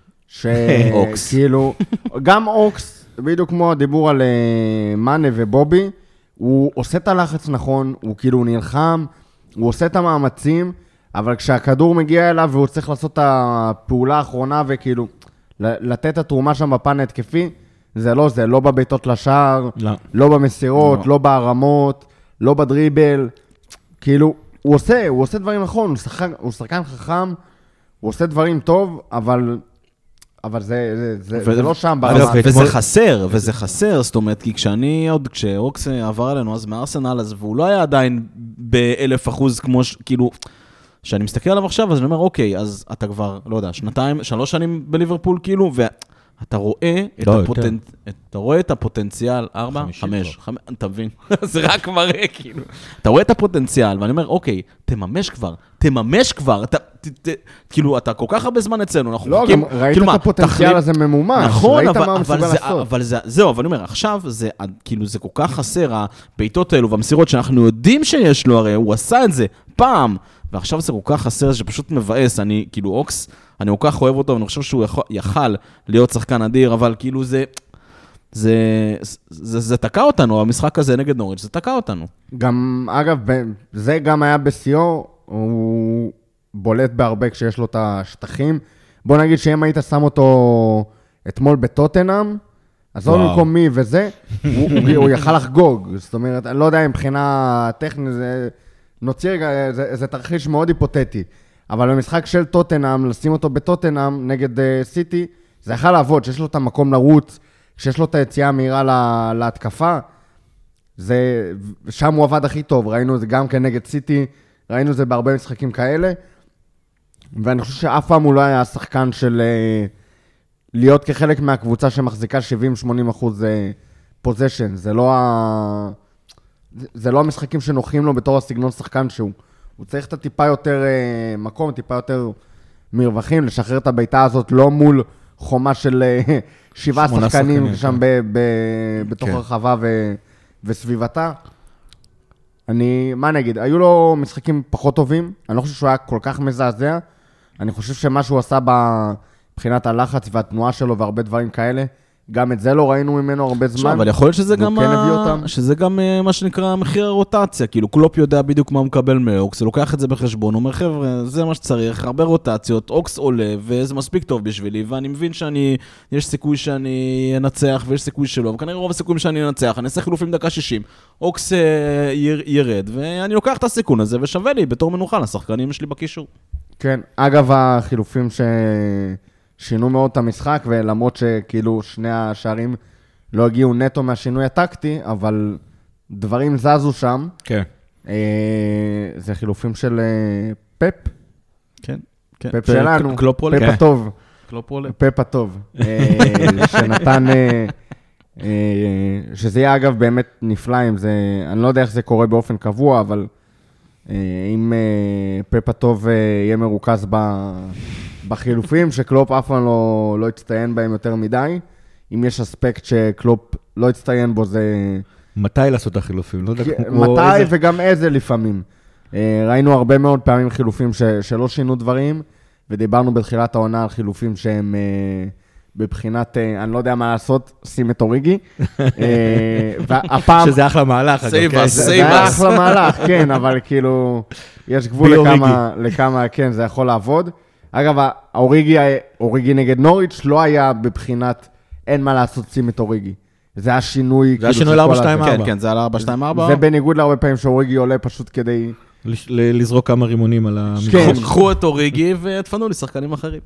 אוקס. כאילו, גם אוקס, בדיוק כמו הדיבור על מאנה ובובי, הוא עושה את הלחץ נכון, הוא כאילו נלחם, הוא עושה את המאמצים, אבל כשהכדור מגיע אליו והוא צריך לעשות את הפעולה האחרונה וכאילו... לתת את התרומה שם בפן התקפי, זה לא זה, לא בביתות לשער, לא, לא במסירות, לא. לא בהרמות, לא בדריבל, כאילו, הוא עושה, הוא עושה דברים נכון, הוא שחקן, הוא שחקן חכם, הוא עושה דברים טוב, אבל, אבל זה, זה, זה, ו- זה לא שם ברמה. וזה חסר, וזה חסר, זאת אומרת, כי כשאני עוד, כשאוקס עבר אלינו, אז מארסנל, אז והוא לא היה עדיין באלף אחוז כמו, כאילו, שאני מסתכל עליו עכשיו, אז אני אומר, אוקיי, אז אתה כבר, לא יודע, שנתיים, שלוש שנים בליברפול, כאילו, ואתה רואה את הפוטנציאל, אתה רואה את הפוטנציאל, ארבע, חמש, אתה מבין? זה רק מראה, כאילו. אתה רואה את הפוטנציאל, ואני אומר, אוקיי, תממש כבר, תממש כבר, כאילו, אתה כל כך הרבה זמן אצלנו, אנחנו לא, גם ראית את הפוטנציאל הזה ממומש, נכון, אבל זהו, אבל אני אומר, עכשיו, כאילו, זה כל כך חסר, הביתות האלו והמסירות שאנחנו יודעים שיש לו, הרי הוא עשה את זה פעם, ועכשיו זה כל כך חסר שפשוט מבאס, אני כאילו אוקס, אני כל כך אוהב אותו, ואני חושב שהוא יכול, יכל להיות שחקן אדיר, אבל כאילו זה, זה, זה, זה תקע אותנו, המשחק הזה נגד נוריץ', זה תקע אותנו. גם, אגב, זה גם היה בסיור, הוא בולט בהרבה כשיש לו את השטחים. בוא נגיד שאם היית שם אותו אתמול בטוטנאם, אז לא במקום מי וזה, הוא, הוא, הוא יכל לחגוג. זאת אומרת, אני לא יודע אם מבחינה טכנית זה... נוציא רגע, זה, זה תרחיש מאוד היפותטי, אבל במשחק של טוטנאם, לשים אותו בטוטנאם נגד uh, סיטי, זה יכול לעבוד, שיש לו את המקום לרוץ, שיש לו את היציאה המהירה לה, להתקפה, זה, שם הוא עבד הכי טוב, ראינו את זה גם כנגד סיטי, ראינו את זה בהרבה משחקים כאלה, ואני חושב שאף פעם הוא לא היה שחקן של, להיות כחלק מהקבוצה שמחזיקה שבעים שמונים אחוז פוזיישן, זה לא ה... זה לא המשחקים שנוחים לו בתור הסגנון שחקן שהוא. הוא צריך את הטיפה יותר מקום, טיפה יותר מרווחים, לשחרר את הביתה הזאת לא מול חומה של שבעה שחקנים שם בתוך הרחבה וסביבתה. אני, מה נגיד, היו לו משחקים פחות טובים, אני לא חושב שהוא היה כל כך מזעזע, אני חושב שמה שהוא עשה מבחינת הלחץ והתנועה שלו והרבה דברים כאלה, גם את זה לא ראינו ממנו הרבה זמן. אבל יכול להיות שזה גם, ה... שזה גם מה שנקרא מחיר הרוטציה, כאילו קלופ יודע בדיוק מה הוא מקבל מאוקס, הוא לוקח את זה בחשבון, הוא אומר חבר'ה, זה מה שצריך, הרבה רוטציות, אוקס עולה, וזה מספיק טוב בשבילי, ואני מבין שאני, יש סיכוי שאני אנצח, ויש סיכוי שלא, וכנראה רוב הסיכויים שאני אנצח, אני אעשה חילופים דקה שישים, אוקס יר, ירד, ואני לוקח את הסיכון הזה, ושווה לי בתור מנוחה לשחקנים שלי בקישור. כן, אגב החילופים ש... שינו מאוד את המשחק, ולמרות שכאילו שני השערים לא הגיעו נטו מהשינוי הטקטי, אבל דברים זזו שם. כן. אה, זה חילופים של אה, פפ. כן. כן. פפ שלנו. קלופ עולה. פפ כן. הטוב. קלופ עולה. פפ הטוב. אה, שנתן... אה, אה, שזה יהיה אגב באמת נפלא, אם זה... אני לא יודע איך זה קורה באופן קבוע, אבל אה, אם אה, פפ הטוב אה, יהיה מרוכז ב... בחילופים, שקלופ אף פעם לא, לא הצטיין בהם יותר מדי. אם יש אספקט שקלופ לא הצטיין בו, זה... מתי לעשות את החילופים? לא יודע מתי איזה... וגם איזה לפעמים. ראינו הרבה מאוד פעמים חילופים ש... שלא שינו דברים, ודיברנו בתחילת העונה על חילופים שהם בבחינת, אני לא יודע מה לעשות, שים את אוריגי. והפעם... שזה אחלה מהלך. סייבס, זה סייבס. אחלה מהלך, כן, אבל כאילו, יש גבול לכמה, לכמה, כן, זה יכול לעבוד. אגב, האוריגי, אוריגי נגד נוריץ' לא היה בבחינת, אין מה לעשות שים את אוריגי. זה היה שינוי... זה היה שינוי ל-ארבע שתיים ארבע. כן, כן, זה היה ל-ארבע שתיים ארבע. זה בניגוד להרבה פעמים שאוריגי עולה פשוט כדי... לזרוק כמה רימונים על המשחק. כן. קחו את אוריגי ותפנו לשחקנים אחרים.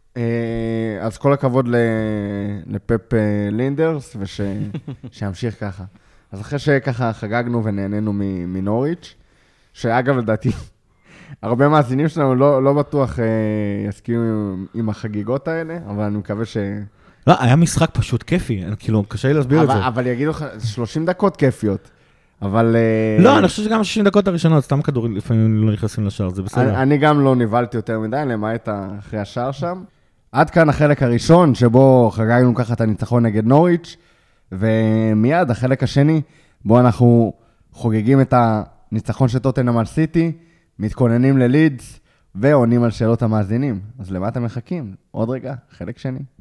אז כל הכבוד לפפ לינדרס, ושימשיך ככה. אז אחרי שככה חגגנו ונהנינו מנוריץ', שאגב לדעתי... הרבה מאזינים שלנו לא, לא בטוח אה, יסכימו עם, עם החגיגות האלה, אבל אני מקווה ש... לא, היה משחק פשוט כיפי, כאילו, קשה לי להסביר אבל, את זה. אבל יגידו לך, שלושים דקות כיפיות, אבל... אה... לא, אני חושב שגם שישים דקות הראשונות, סתם כדור לפעמים לא נכנסים לשער, זה בסדר. אני, אני גם לא ניבלתי יותר מדי, למעט אחרי השער שם. עד כאן החלק הראשון, שבו חגגנו ככה את הניצחון נגד נוריץ', ומיד החלק השני, בו אנחנו חוגגים את הניצחון של טוטנהאם על סיטי, מתכוננים ללידס, ועונים על שאלות המאזינים. אז למה אתם מחכים? עוד רגע, חלק שני.